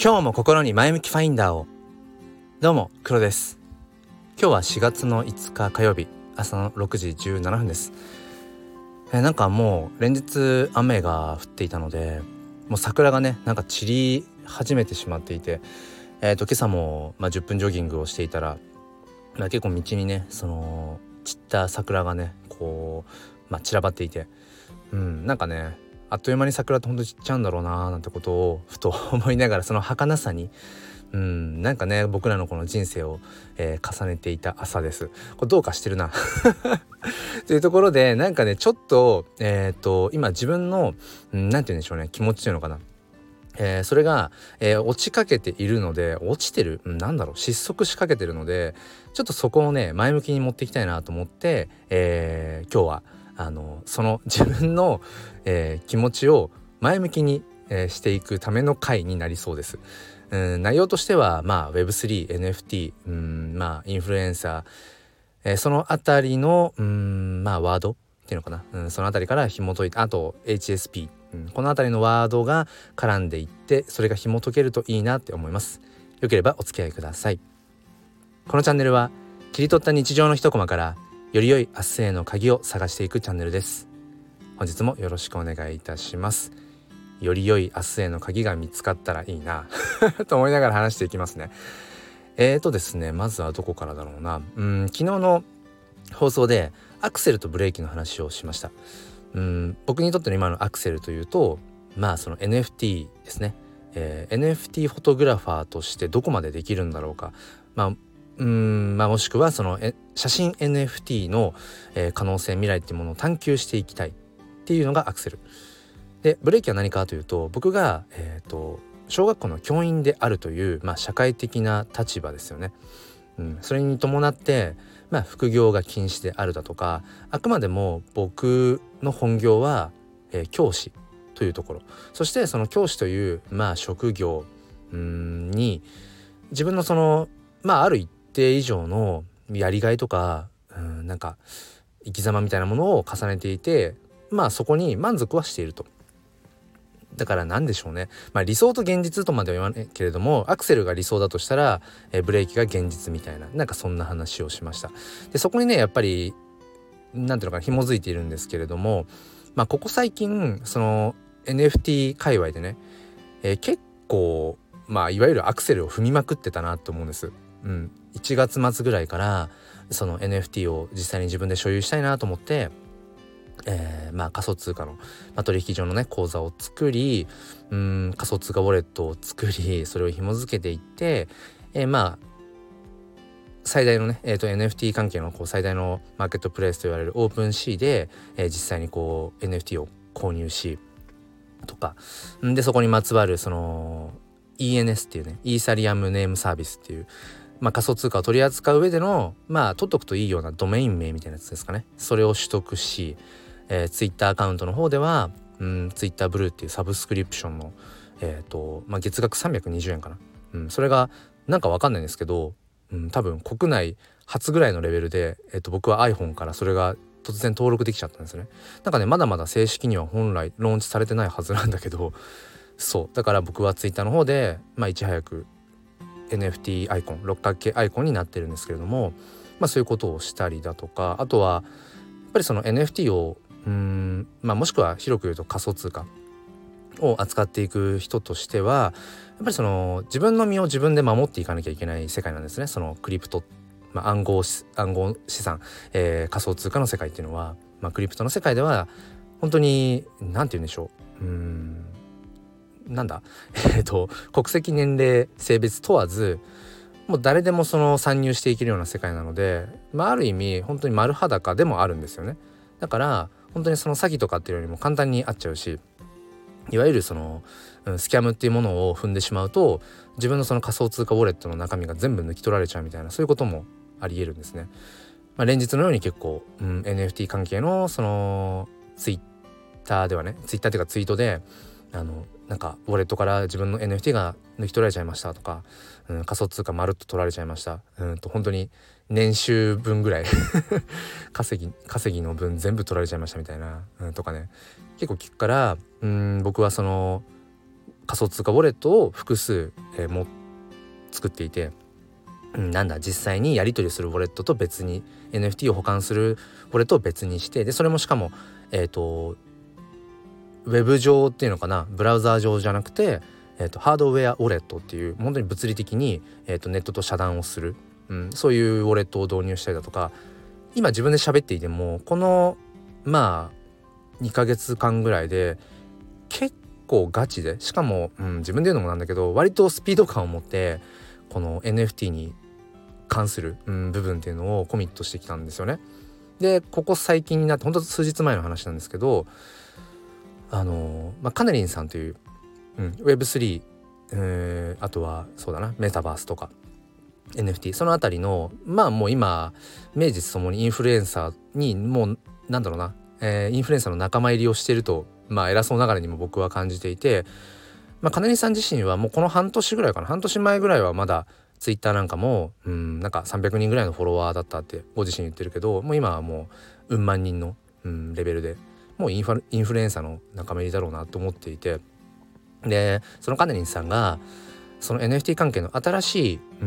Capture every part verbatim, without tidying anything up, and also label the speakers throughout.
Speaker 1: 今日も心に前向きファインダーを。どうも黒です。今日はしがつのいつか火曜日、朝のろくじじゅうななふんです。えー、なんかもう連日雨が降っていたので、もう桜がねなんか散り始めてしまっていて、えーと今朝も、まあ、じゅっぷんジョギングをしていたら、まあ、結構道にねその散った桜がねこう、まあ、散らばっていて、うんなんかねあっという間に桜ってほんと散っちゃうんだろうなーなんてことをふと思いながら、その儚さにうんなんかね僕らのこの人生を、えー重ねていた朝です。これどうかしてるなというところで、なんかねちょっとえっ、と今自分の、うん、なんて言うんでしょうね、気持ちというのかな、えーそれが、えー落ちかけているので、落ちてる、うん、なんだろう失速しかけてるので、ちょっとそこをね前向きに持っていきたいなと思って、えー今日はあのその自分の、えー気持ちを前向きに、えーしていくための回になりそうです。うん内容としては、まあ、ウェブスリー、エヌエフティー、うんまあインフルエンサー、えーそのあたりのうんまあワードっていうのかな、うん、そのあたりから紐解いて、あと エイチエスピー、うん、このあたりのワードが絡んでいって、それが紐解けるといいなって思います。よければお付き合いください。このチャンネルは切り取った日常の一コマからより良い明日への鍵を探していくチャンネルです。本日もよろしくお願いいたします。より良い明日への鍵が見つかったらいいなと思いながら話していきますね。えーとですねまずはどこからだろうな。うん昨日の放送でアクセルとブレーキの話をしました。うん僕にとっての今のアクセルというと、まあその エヌエフティー ですね、えー エヌエフティー フォトグラファーとしてどこまでできるんだろうか、まあうんまあもしくはそのえ写真 エヌエフティー の、えー可能性、未来っていうものを探求していきたいっていうのがアクセルで、ブレーキは何かというと、僕が、えーと小学校の教員であるという、まあ、社会的な立場ですよね。うん、それに伴って、まあ、副業が禁止であるだとか、あくまでも僕の本業は、えー教師というところ、そしてその教師という、まあ、職業うんに自分のその、まあ、ある一定以上のやりがいとか、うんなんか生き様みたいなものを重ねていて、まあそこに満足はしていると。だから何でしょうね、まあ理想と現実とまでは言わないけれども、アクセルが理想だとしたら、えーブレーキが現実みたいな、なんかそんな話をしました。でそこにねやっぱりなんていうのかな、紐づいているんですけれども、まあここ最近その エヌエフティー 界隈でね、えー結構まあいわゆるアクセルを踏みまくってたなと思うんです。うん、いちがつ末ぐらいからその エヌエフティー を実際に自分で所有したいなと思って、えーまあ、仮想通貨の、まあ、取引所のね口座を作り、うーん仮想通貨ウォレットを作り、それを紐付けていって、えー、まあ最大のね、えー、と エヌエフティー 関係のこう最大のマーケットプレイスと言われるオープンシーで、えー、実際にこう エヌエフティー を購入しとかんで、そこにまつわるその イーエヌエス っていうね、イーサリアムネームサービスっていう、まあ、仮想通貨を取り扱う上でのまあ取っとくといいようなドメイン名みたいなやつですかね、それを取得し、えー、Twitter アカウントの方では、うん、Twitter ブルーっていうサブスクリプションの、えーとまあ、月額さんびゃくにじゅうえんかな、うん、それがなんかわかんないんですけど、うん、多分国内初ぐらいのレベルで、えーと僕は iPhone からそれが突然登録できちゃったんですね。なんかねまだまだ正式には本来ローンチされてないはずなんだけど、そうだから僕は Twitter の方で、まあ、いち早く エヌエフティー アイコン、六角形アイコンになってるんですけれども、まあ、そういうことをしたりだとか、あとはやっぱりその エヌエフティー をうーん、まあ、もしくは広く言うと仮想通貨を扱っていく人としては、やっぱりその自分の身を自分で守っていかなきゃいけない世界なんですね。そのクリプト、まあ、暗号し暗号資産、えー、仮想通貨の世界っていうのは、まあ、クリプトの世界では本当になんて言うんでしょう、うーんなんだえっと国籍、年齢、性別問わずもう誰でもその参入していけるような世界なので、まあ、ある意味本当に丸裸でもあるんですよね。だから本当にその詐欺とかっていうよりも簡単に遭っちゃうし、いわゆるその、うん、スキャムっていうものを踏んでしまうと、自分のその仮想通貨ウォレットの中身が全部抜き取られちゃうみたいな、そういうこともありえるんですね。まあ、連日のように結構、うん、エヌエフティー 関係のそのツイッターではね、ツイッターっていうかツイートで、あのなんかウォレットから自分の エヌエフティー が抜き取られちゃいましたとか、うん、仮想通貨まるっと取られちゃいました、うんと本当に年収分ぐらい稼ぎ稼ぎの分全部取られちゃいましたみたいな、うん、とかね結構聞くから、うん僕はその仮想通貨ウォレットを複数、えー、も作っていて、うん、なんだ実際にやり取りするウォレットと別に エヌエフティー を保管するウォレットを別にして、でそれもしかもえっとウェブ上っていうのかな、ブラウザー上じゃなくて、えー、とハードウェアウォレットっていう本当に物理的に、えー、とネットと遮断をする、うん、そういうウォレットを導入したりだとか、今自分で喋っていてもこのまあにかげつかんぐらいで結構ガチで、しかも、うん、自分で言うのもなんだけど割とスピード感を持ってこの エヌエフティー に関する、うん、部分っていうのをコミットしてきたんですよね。でここ最近になって本当数日前の話なんですけど、あの、まあ、カネリンさんという、うん、ウェブスリー、えー、あとはそうだなメタバースとか エヌエフティー そのあたりのまあもう今名実ともにインフルエンサーにもうなんだろうな、えー、インフルエンサーの仲間入りをしていると、まあ偉そうながらにも僕は感じていて、まあ、カネリンさん自身はもうこの半年ぐらいかな半年前ぐらいはまだツイッターなんかもうんなんかさんびゃくにんぐらいのフォロワーだったってご自身言ってるけど、もう今はもううん万人の、うん、レベルでもうインファインフルエンサーの仲間入りだろうなと思っていて、でそのカネリンさんがその エヌエフティー 関係の新しいうん、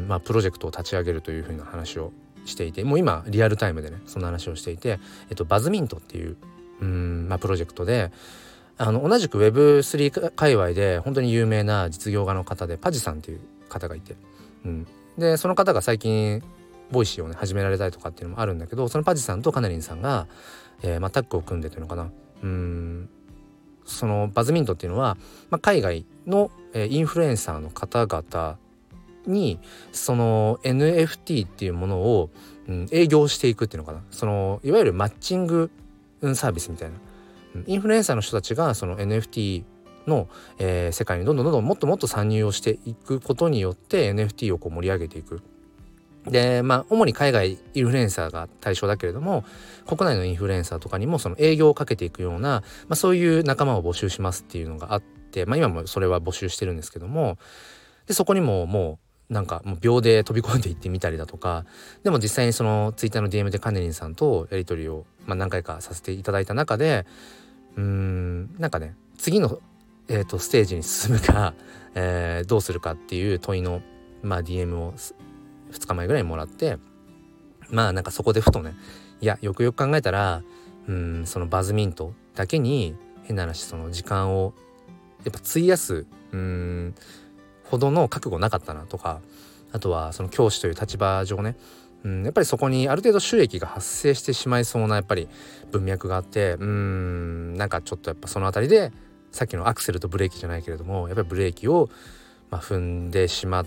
Speaker 1: まあ、プロジェクトを立ち上げるというふうな話をしていて、もう今リアルタイムでねそんな話をしていて、えっと、バズミントっていううん、まあ、プロジェクトであの同じく ウェブスリー 界隈で本当に有名な実業家の方でパジさんっていう方がいて、うん、でその方が最近ボイシーをね始められたりとかっていうのもあるんだけど、そのパジさんとカネリンさんが、えーまあ、タッグを組んでというのかな、うーんそのバズミントっていうのは、まあ、海外の、えー、インフルエンサーの方々にその エヌエフティー っていうものを、うん、営業していくっていうのかな、そのいわゆるマッチング、うん、サービスみたいな、インフルエンサーの人たちがその エヌエフティー の、えー、世界にどんどんどんどんもっともっと参入をしていくことによって エヌエフティー をこう盛り上げていく。でまあ主に海外インフルエンサーが対象だけれども、国内のインフルエンサーとかにもその営業をかけていくような、まあ、そういう仲間を募集しますっていうのがあって、まあ、今もそれは募集してるんですけども、でそこにももうなんかもう秒で飛び込んでいってみたりだとか、でも実際にそのツイッターの ディーエム でカネリンさんとやり取りを、まあ、何回かさせていただいた中で、うーんなんかね次の、えーと、ステージに進むか、えー、どうするかっていう問いの、まあ、ディーエム をふつかまえぐらいにもらって、まあなんかそこでふとね、いやよくよく考えたらうんそのバズミントだけに変な話その時間をやっぱ費やすうんほどの覚悟なかったなとか、あとはその教師という立場上ね、うんやっぱりそこにある程度収益が発生してしまいそうなやっぱり文脈があって、うーんなんかちょっとやっぱそのあたりでさっきのアクセルとブレーキじゃないけれどもやっぱりブレーキをまあ踏んでしまって、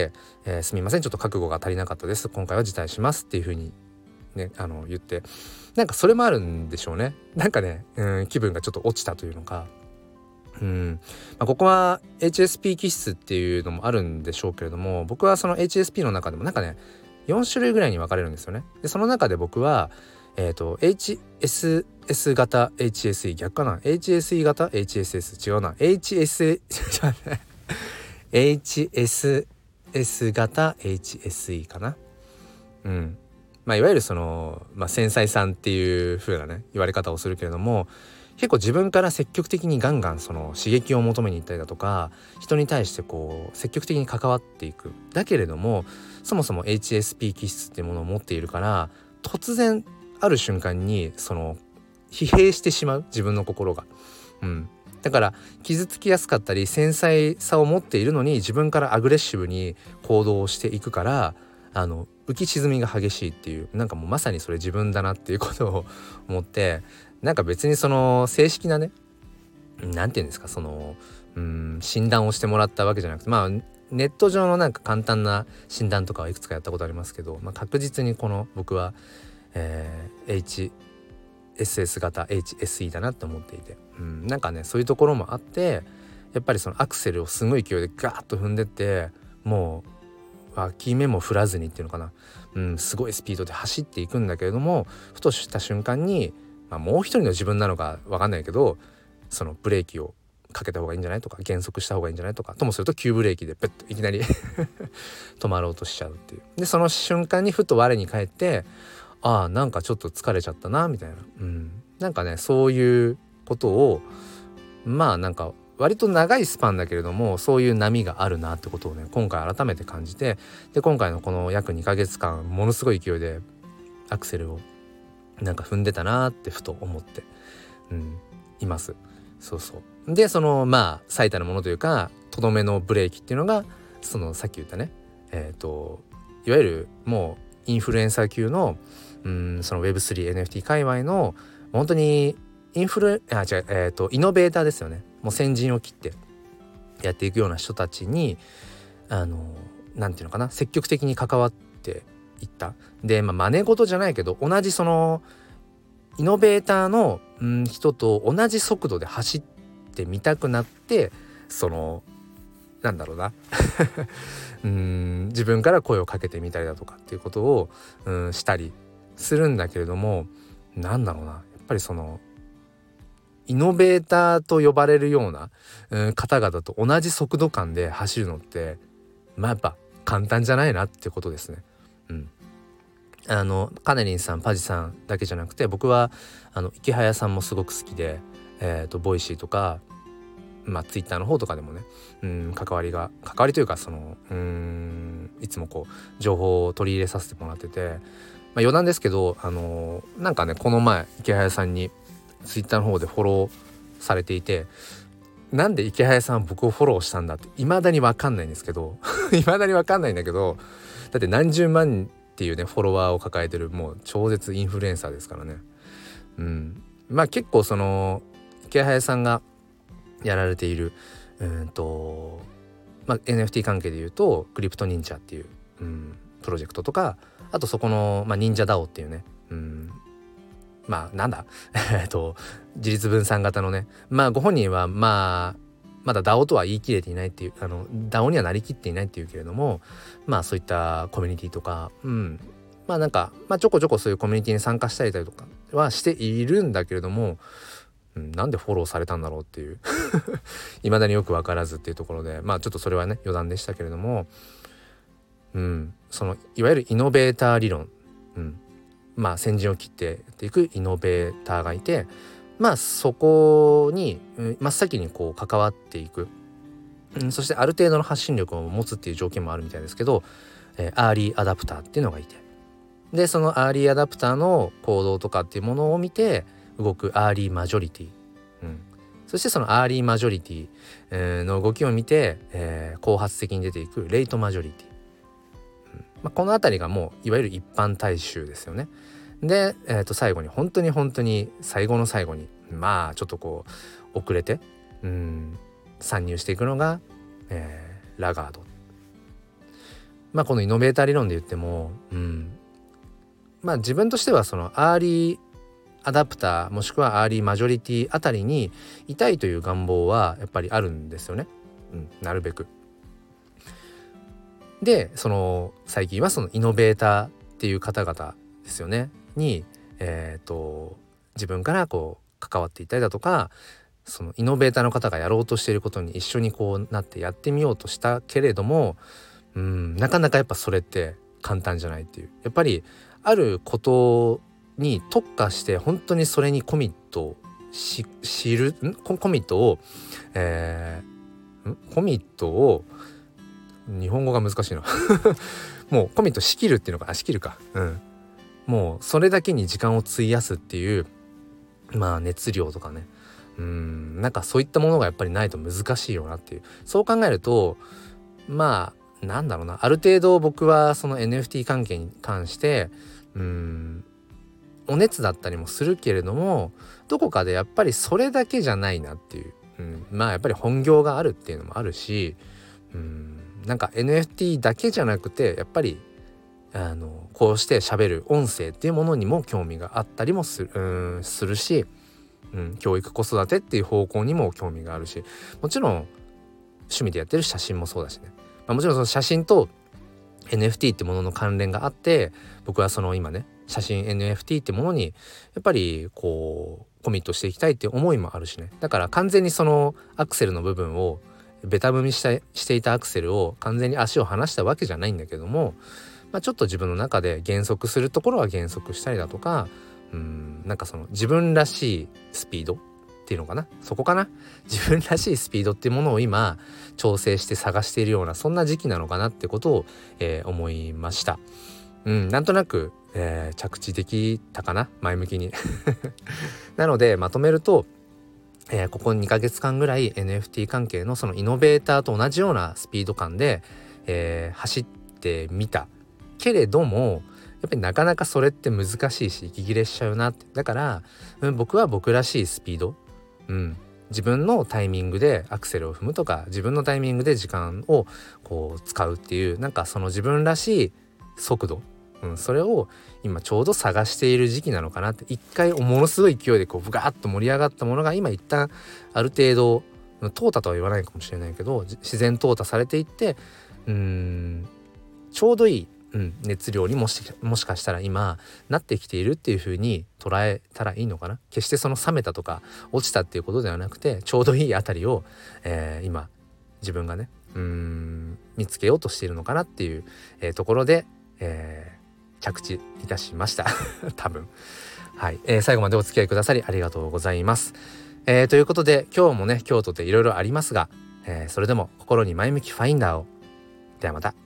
Speaker 1: えー、すみませんちょっと覚悟が足りなかったです今回は辞退しますっていう風にねあの言って、なんかそれもあるんでしょうね。なんかね、うん、気分がちょっと落ちたというのか、うんまあ、ここは エイチエスピー 気質っていうのもあるんでしょうけれども、僕はその エイチエスピー の中でもなんかねよん種類ぐらいに分かれるんですよね。でその中で僕はえっと エイチエスエス 型 エイチエスイー 逆かな エイチエスイー 型 エイチエスエス 違うな エイチエス エイチエスエス 型 エイチエスイー かな。うんまあいわゆるその、まあ、繊細さんっていう風なね言われ方をするけれども、結構自分から積極的にガンガンその刺激を求めに行ったりだとか、人に対してこう積極的に関わっていく。だけれどもそもそも エイチエスピー 気質っていうものを持っているから、突然ある瞬間にその疲弊してしまう自分の心が、うん、だから傷つきやすかったり繊細さを持っているのに自分からアグレッシブに行動をしていくから、あの浮き沈みが激しいっていう、なんかもうまさにそれ自分だなっていうことを思って、なんか別にその正式なねなんていうんですかそのうん診断をしてもらったわけじゃなくて、まあネット上のなんか簡単な診断とかはいくつかやったことありますけど、まあ、確実にこの僕は、えー、エイチエスエス 型 エイチエスイー だなって思っていて、うん、なんかねそういうところもあって、やっぱりそのアクセルをすごい勢いでガーッと踏んでって、もう脇目も振らずにっていうのかな、うん、すごいスピードで走っていくんだけれども、ふとした瞬間に、まあ、もう一人の自分なのか分かんないけど、そのブレーキをかけた方がいいんじゃないとか減速した方がいいんじゃないとか、ともすると急ブレーキでペッといきなり止まろうとしちゃうっていう。でその瞬間にふと我に返って、ああなんかちょっと疲れちゃったなみたいな、うん、なんかねそういうことをまあなんか割と長いスパンだけれどもそういう波があるなってことをね今回改めて感じて、で今回のこの約にかげつかんものすごい勢いでアクセルをなんか踏んでたなってふと思って、うん、います。そうそうでそのまあ最たるものというかとどめのブレーキっていうのがそのさっき言ったねえっといわゆるもうインフルエンサー級のうんその ウェブスリーエヌエフティー 界隈の本当にインフルあ違うえっとイノベーターですよね。もう先陣を切ってやっていくような人たちにあのなんていうのかな積極的に関わっていったで、まあ、真似事じゃないけど同じそのイノベーターの、うん、人と同じ速度で走ってみたくなってそのなんだろうなうん自分から声をかけてみたりだとかっていうことを、うん、したりするんだけれども、なんだろうなやっぱりそのイノベーターと呼ばれるような、うん、方々と同じ速度感で走るのってまあやっぱ簡単じゃないなってことですね。うん、あのカネリンさんパジさんだけじゃなくて僕はあの池早さんもすごく好きで、えーとボイシーとかまあツイッターの方とかでもね、うん、関わりが関わりというかそのうーんいつもこう情報を取り入れさせてもらってて、まあ、余談ですけどあのなんかねこの前池早さんにツイッターの方でフォローされていて、なんで池早さん僕をフォローしたんだって未だに分かんないんですけど未だに分かんないんだけど、だって何十万っていうねフォロワーを抱えてるもう超絶インフルエンサーですからね。うんまあ結構その池早さんがやられているうんと、まあ、エヌエフティー 関係でいうとクリプト忍者っていう、うん、プロジェクトとかあとそこの、まあ、忍者ダオっていうね、うん、まあなんだえっと自立分散型のねまあご本人はまあまだ ダオ とは言い切れていないっていうあの ダオ にはなりきっていないっていうけれどもまあそういったコミュニティとかうんまあなんか、まあ、ちょこちょこそういうコミュニティに参加したりとかはしているんだけれども、うん、なんでフォローされたんだろうっていう未だによく分からずっていうところでまあちょっとそれはね余談でしたけれども、うん、そのいわゆるイノベーター理論、うん、まあ先陣を切ってやっていくイノベーターがいてまあそこに、うん、真っ先にこう関わっていく、うん、そしてある程度の発信力を持つっていう条件もあるみたいですけど、えー、アーリーアダプターっていうのがいてでそのアーリーアダプターの行動とかっていうものを見て動くアーリーマジョリティ、うん、そしてそのアーリーマジョリティ、えー、の動きを見て、えー、後発的に出ていくレイトマジョリティ、うんまあ、このあたりがもういわゆる一般大衆ですよね。で、えー、と最後に本当に本当に最後の最後にまあちょっとこう遅れて、うん、参入していくのが、えー、ラガード。まあこのイノベーター理論で言っても、うん、まあ自分としてはそのアーリーアダプターもしくはアーリーマジョリティあたりにいたいという願望はやっぱりあるんですよね、うん、なるべく。でその最近はそのイノベーターっていう方々ですよねに、えー、と自分からこう関わっていたりだとかそのイノベーターの方がやろうとしていることに一緒にこうなってやってみようとしたけれども、うん、なかなかやっぱそれって簡単じゃないっていうやっぱりあることに特化して本当にそれにコミットし知るんコミットを、えー、んコミットを日本語が難しいなもうコミットしきるっていうのかあしきるかうんもうそれだけに時間を費やすっていうまあ熱量とかねうんなんかそういったものがやっぱりないと難しいよなっていうそう考えるとまあなんだろうなある程度僕はその エヌエフティー 関係に関してうんお熱だったりもするけれどもどこかでやっぱりそれだけじゃないなっていう、うん、まあやっぱり本業があるっていうのもあるしうんなんか エヌエフティー だけじゃなくてやっぱりあのこうして喋る音声っていうものにも興味があったりもする、うん、するし、うん、教育子育てっていう方向にも興味があるしもちろん趣味でやってる写真もそうだしね、まあ、もちろんその写真と エヌエフティー ってものの関連があって僕はその今ね写真 エヌエフティー ってものにやっぱりこうコミットしていきたいっていう思いもあるしねだから完全にそのアクセルの部分をベタ踏みしたしていたアクセルを完全に足を離したわけじゃないんだけども、まあ、ちょっと自分の中で減速するところは減速したりだとかうんなんかその自分らしいスピードってていうのかな、そこかな、自分らしいスピードっていうものを今調整して探しているようなそんな時期なのかなってことを、えー、思いました。うん、なんとなく、えー、着地できたかな、前向きになのでまとめると、えー、ここにかげつかんぐらい エヌエフティー 関係のそのイノベーターと同じようなスピード感で、えー、走ってみたけれども、やっぱりなかなかそれって難しいし息切れしちゃうなって。だから、うん、僕は僕らしいスピード、うん、自分のタイミングでアクセルを踏むとか、自分のタイミングで時間をこう使うっていう、なんかその自分らしい速度、うん、それを今ちょうど探している時期なのかなって。一回ものすごい勢いでこうブガーッと盛り上がったものが今一旦ある程度淘汰とは言わないかもしれないけど、自然淘汰されていって、うーんちょうどいい、うん、熱量にもしもしかしたら今なってきているっていう風に捉えたらいいのかな。決してその冷めたとか落ちたっていうことではなくて、ちょうどいいあたりを、えー、今自分がねうーん見つけようとしているのかなっていう、えー、ところで、えー着地いたしました多分はい、えー、最後までお付き合いくださりありがとうございます。えー、ということで今日もね京都でいろいろありますが、えー、それでも心に前向きファインダーを。ではまた。